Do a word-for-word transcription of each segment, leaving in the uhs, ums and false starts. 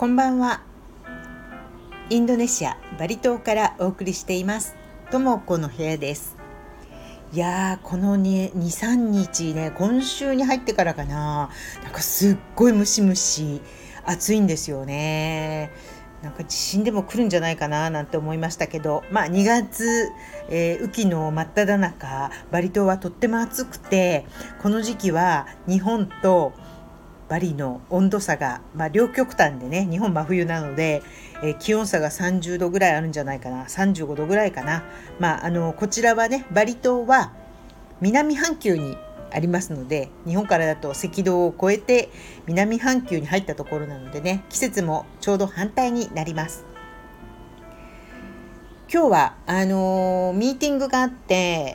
こんばんは。インドネシアバリ島からお送りしていますともこの部屋です。いやーこの にさんにちね、今週に入ってからかな、なんかすっごいムシムシ暑いんですよね。なんか地震でも来るんじゃないかななんて思いましたけど、まあにがつ、えー雨季の真っ只中、バリ島はとっても暑くて、この時期は日本とバリの温度差が、まあ、両極端でね、日本真冬なので、えー気温差がさんじゅうどぐらいあるんじゃないかな、さんじゅうごどぐらいかな。まあ、あのこちらはね、バリ島は南半球にありますので、日本からだと赤道を越えて南半球に入ったところなのでね、季節もちょうど反対になります。今日はあのーミーティングがあって、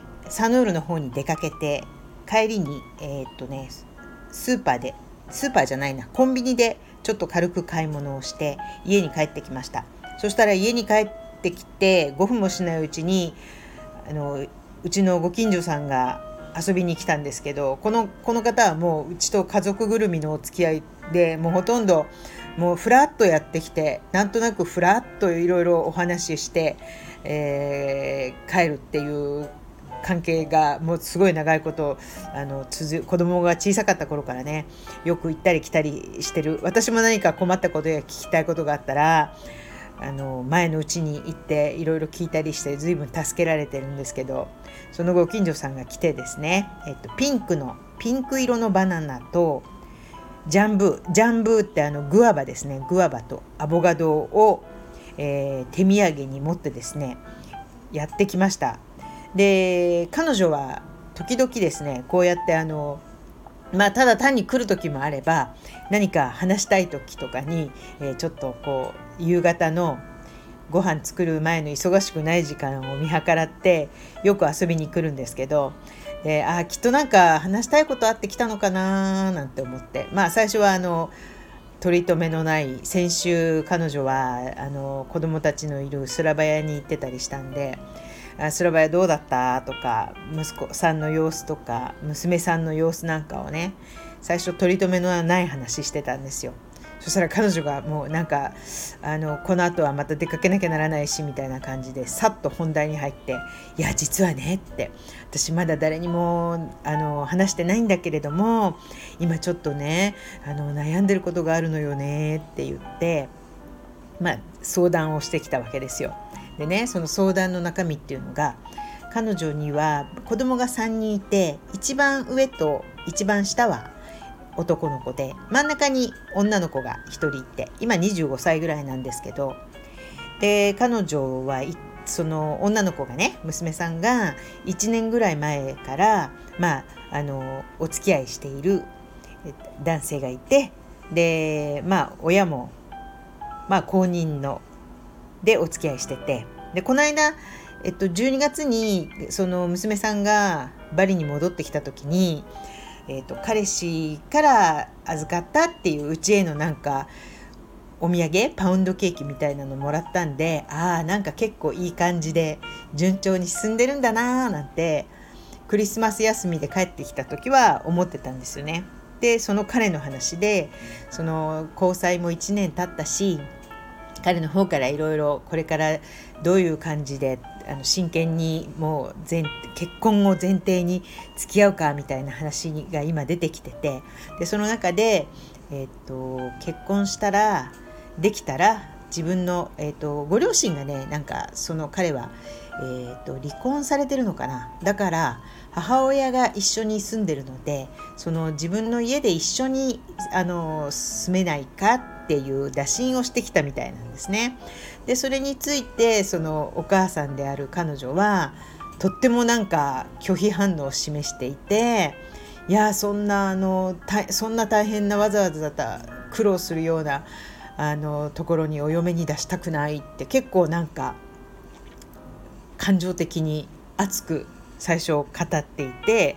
サヌールの方に出かけて、帰りにえーっとねスーパーでスーパーじゃないなコンビニでちょっと軽く買い物をして家に帰ってきました。そしたら家に帰ってきてごふんもしないうちに、あのうちのご近所さんが遊びに来たんですけど、このこの方はもううちと家族ぐるみのお付き合いで、もうほとんどもうフラッとやってきて、なんとなくフラッといろいろお話しして、えー帰るっていう関係がもうすごい長いことあの続子供が小さかった頃からね、よく行ったり来たりしてる。私も何か困ったことや聞きたいことがあったら、あの前のうちに行っていろいろ聞いたりして随分助けられてるんですけど、そのご近所さんが来てですね、えっと、ピンクのピンク色のバナナとジャンブージャンブーってあのグアバですね、グアバとアボカドを、えー手土産に持ってですねやってきました。で彼女は時々ですね、こうやってあのまあただ単に来る時もあれば、何か話したい時とかに、えーちょっとこう夕方のご飯作る前の忙しくない時間を見計らってよく遊びに来るんですけど、であーきっとなんか話したいことあって来たのかななんて思って、まあ最初はあの取り留めのない、先週彼女はあの子供たちのいるスラバヤに行ってたりしたんで、あスラバヤどうだったとか、息子さんの様子とか娘さんの様子なんかをね、最初取り留めのない話してたんですよ。そしたら彼女がもうなんかあのこの後はまた出かけなきゃならないしみたいな感じでさっと本題に入って、いや実はねって、私まだ誰にもあの話してないんだけれども、今ちょっとねあの悩んでることがあるのよねって言って、まあ相談をしてきたわけですよ。でね、その相談の中身っていうのが、彼女には子供がさんにんいて、一番上と一番下は男の子で、真ん中に女の子がひとりいて、今にじゅうごさいぐらいなんですけど、で彼女はいその女の子がね、娘さんがいちねんぐらい前からまああのお付き合いしているえ男性がいて、でまあ親もまあ公認のでお付き合いしてて、でこの間、えっと、じゅうにがつにその娘さんがバリに戻ってきた時に、えっと、彼氏から預かったっていううちへのなんかお土産パウンドケーキみたいなのもらったんで、ああなんか結構いい感じで順調に進んでるんだなーなんて、クリスマス休みで帰ってきた時は思ってたんですよね。でその彼の話で、その交際もいちねん経ったし、彼の方からいろいろこれからどういう感じであの真剣にもう前結婚を前提に付き合うかみたいな話が今出てきてて、でその中で、えー、と結婚したらできたら自分の、えー、とご両親がね、なんかその彼は、えー、と離婚されてるのかな、だから母親が一緒に住んでるので、その自分の家で一緒にあの住めないかっていう打診をしてきたみたいなんですね。でそれについてそのお母さんである彼女はとってもなんか拒否反応を示していて、いやそんなあのそんな大変なわざわざだった苦労するようなあのところにお嫁に出したくないって、結構なんか感情的に熱く最初語っていて、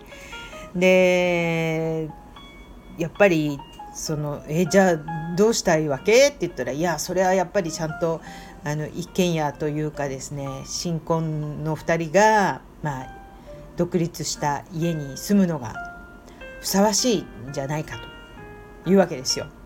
でやっぱりそのえじゃあどうしたいわけって言ったら、いやそれはやっぱりちゃんとあの一軒家というかですね、新婚のふたりが、まあ、独立した家に住むのがふさわしいんじゃないかというわけですよ。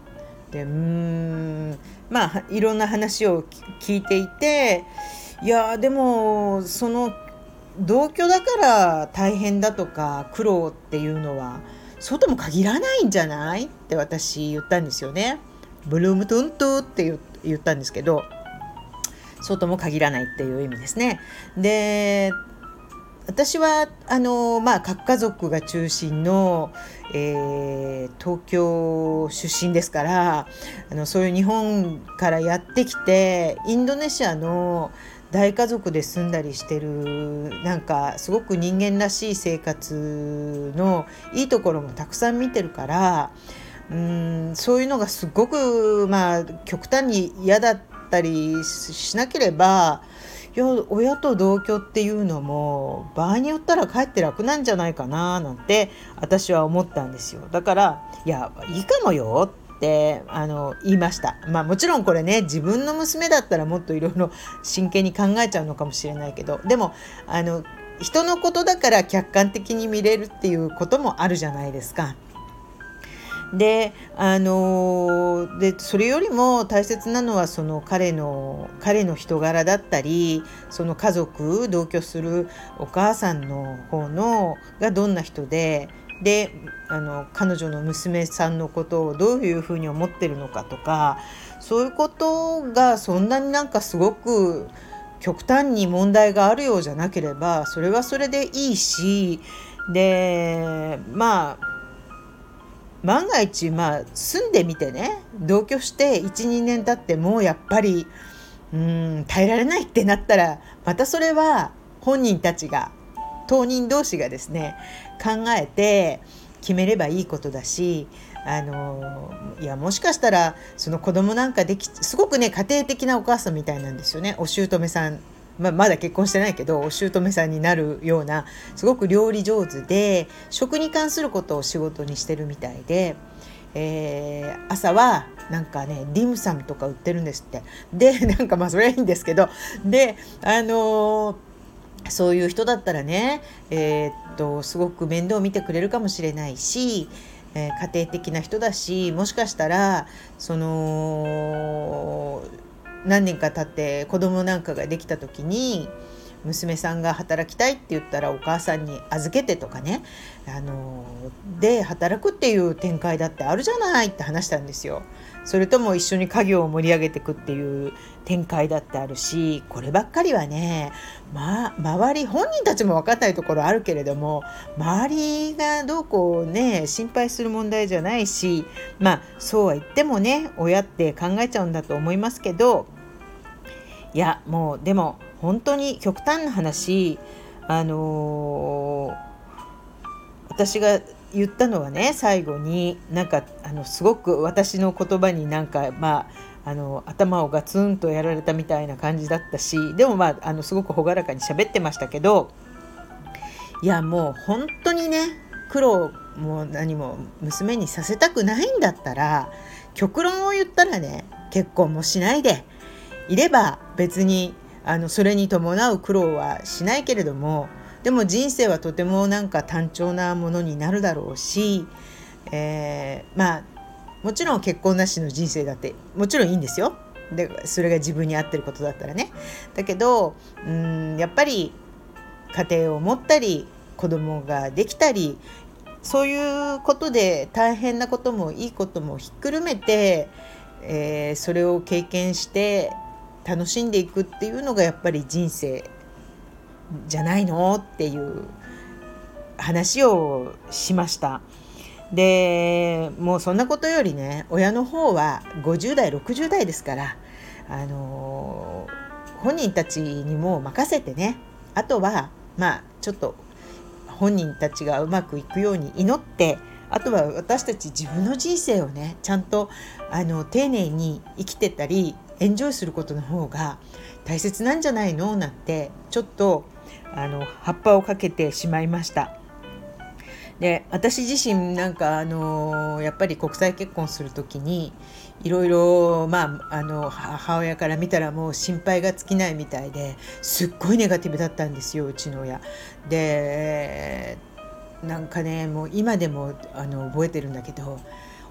でうーんまあいろんな話を聞いていて、いやでもその同居だから大変だとか苦労っていうのはそうとも限らないんじゃないって私言ったんですよね。ブルームトントって言言ったんですけど、そうとも限らないっていう意味ですね。で私はあの、まあ、核家族が中心の、えー東京出身ですから、あのそういう日本からやってきてインドネシアの大家族で住んだりしてる、なんかすごく人間らしい生活のいいところもたくさん見てるから、うーんそういうのがすごく、まあ、極端に嫌だったりしなければ、いや親と同居っていうのも場合によったらかえって楽なんじゃないかななんて私は思ったんですよ。だからいやいいかもよってあの言いました。まあもちろんこれね、自分の娘だったらもっといろいろ真剣に考えちゃうのかもしれないけど、でもあの人のことだから客観的に見れるっていうこともあるじゃないですか。であのでそれよりも大切なのはその彼の彼の人柄だったり、その家族同居するお母さんの方のがどんな人で、であの彼女の娘さんのことをどういうふうに思ってるのかとか、そういうことがそんなになんかすごく極端に問題があるようじゃなければそれはそれでいいし、でまあ万が一、まあ、住んでみてね、同居していちにねん経ってもうやっぱりうーん耐えられないってなったら、またそれは本人たちが当人同士がですね考えて決めればいいことだし、あのいやもしかしたらその子供なんかできすごくね家庭的なお母さんみたいなんですよね。お姑さん、まあ、まだ結婚してないけどお姑さんになるようなすごく料理上手で食に関することを仕事にしてるみたいで、えー朝はなんかねディムサムとか売ってるんですって。でなんかまあそれはいいんですけど、であのーそういう人だったらね、えーっとすごく面倒を見てくれるかもしれないし、えー家庭的な人だし、もしかしたらその何年か経って子供なんかができた時に娘さんが働きたいって言ったらお母さんに預けてとかね、あので働くっていう展開だってあるじゃないって話したんですよ。それとも一緒に家業を盛り上げていくっていう展開だってあるし、こればっかりはね、まあ、周り本人たちも分かんないところあるけれども、周りがどうこうね心配する問題じゃないし、まあそうは言ってもね親って考えちゃうんだと思いますけど、いやもうでも本当に極端な話、あのー私が言ったのはね、最後になんかあのすごく私の言葉になんか、まあ、あの頭をガツンとやられたみたいな感じだったし、でもまああのすごく朗らかに喋ってましたけど、いやもう本当にね苦労も何も娘にさせたくないんだったら、極論を言ったらね結婚もしないでいれば別にあのそれに伴う苦労はしないけれども、でも人生はとてもなんか単調なものになるだろうし、えーまあもちろん結婚なしの人生だってもちろんいいんですよ。でそれが自分に合ってることだったらね。だけどうーんやっぱり家庭を持ったり子供ができたり、そういうことで大変なこともいいこともひっくるめて、えーそれを経験して楽しんでいくっていうのがやっぱり人生じゃないのっていう話をしました。でもうそんなことよりね、親の方はごじゅう代ろくじゅう代ですから、あのー本人たちにも任せてね、あとはまあちょっと本人たちがうまくいくように祈って、あとは私たち自分の人生をねちゃんとあの丁寧に生きてたりエンジョイすることの方が大切なんじゃないのなんてちょっとあの葉っぱをかけてしまいました。で私自身なんかあのやっぱり国際結婚する時にいろいろまああの母親から見たらもう心配が尽きないみたいですっごいネガティブだったんですよ、うちの親で。なんかねもう今でもあの覚えてるんだけど、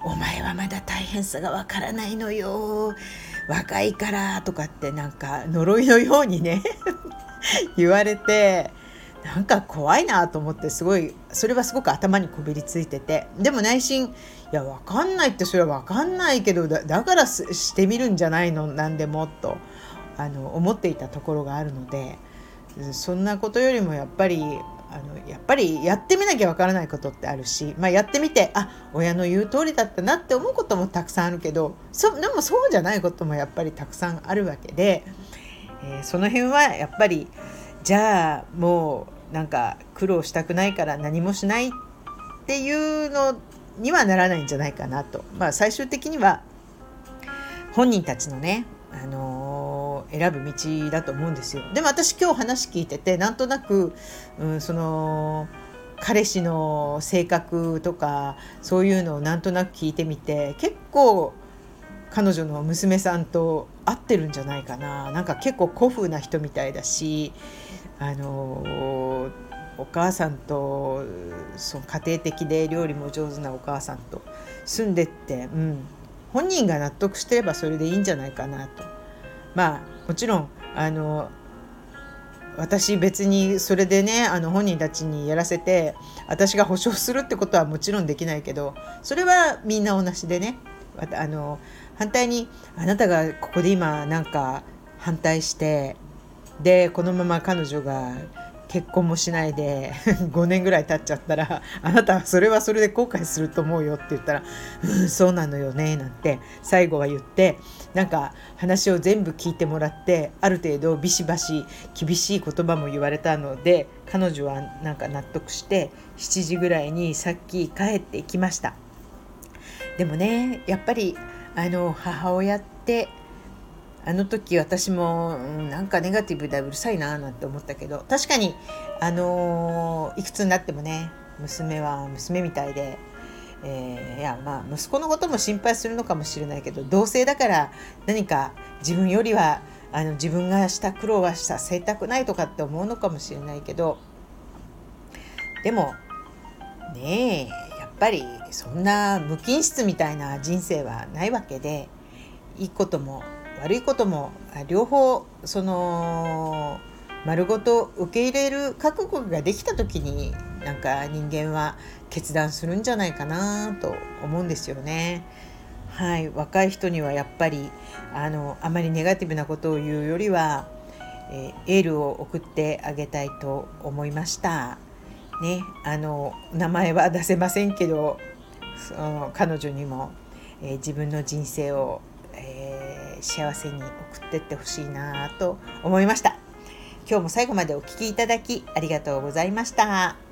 お前はまだ大変さがわからないのよ、若いからとかってなんか呪いのようにね言われて、なんか怖いなと思って、すごいそれはすごく頭にこびりついてて、でも内心、いやわかんないって、それはわかんないけど だ, だからしてみるんじゃないの、なんでもとあの思っていたところがあるので、そんなことよりもやっぱりあのやっぱりやってみなきゃわからないことってあるし、まあ、やってみて、あ、親の言う通りだったなって思うこともたくさんあるけど、そでもそうじゃないこともやっぱりたくさんあるわけで、えー、その辺はやっぱり、じゃあもうなんか苦労したくないから何もしないっていうのにはならないんじゃないかなと。まあ最終的には本人たちのね、あのー、選ぶ道だと思うんですよ。でも私今日話聞いてて、なんとなく、うん、その彼氏の性格とかそういうのをなんとなく聞いてみて、結構彼女の娘さんと合ってるんじゃないかな。なんか結構古風な人みたいだし、あのー、お母さんとその家庭的で料理も上手なお母さんと住んでって、うん、本人が納得してればそれでいいんじゃないかなと。まあもちろんあの私別にそれでね、あの本人たちにやらせて私が保証するってことはもちろんできないけど、それはみんな同じでね、あの反対にあなたがここで今なんか反対して、でこのまま彼女が結婚もしないでごねんぐらい経っちゃったら、あなたはそれはそれで後悔すると思うよって言ったら、うん、そうなのよねなんて最後は言って、なんか話を全部聞いてもらって、ある程度ビシバシ厳しい言葉も言われたので、彼女はなんか納得してしちじぐらいにさっき帰っていきました。でもね、やっぱりあの母親って、あの時私も、うん、なんかネガティブでうるさいななんて思ったけど、確かに、あのー、いくつになってもね、娘は娘みたいで、えー、いやまあ息子のことも心配するのかもしれないけど、同性だから何か自分よりはあの自分がした苦労はさせたくないとかって思うのかもしれないけど、でもねえ、やっぱりそんな無菌室みたいな人生はないわけで、いいことも悪いことも両方その丸ごと受け入れる覚悟ができた時に、なんか人間は決断するんじゃないかなと思うんですよね。はい、若い人にはやっぱりあのあまりネガティブなことを言うよりは、えー、エールを送ってあげたいと思いましたね。あの名前は出せませんけど、その彼女にも、えー、自分の人生を、えー幸せに送ってってほしいなと思いました。今日も最後までお聞きいただきありがとうございました。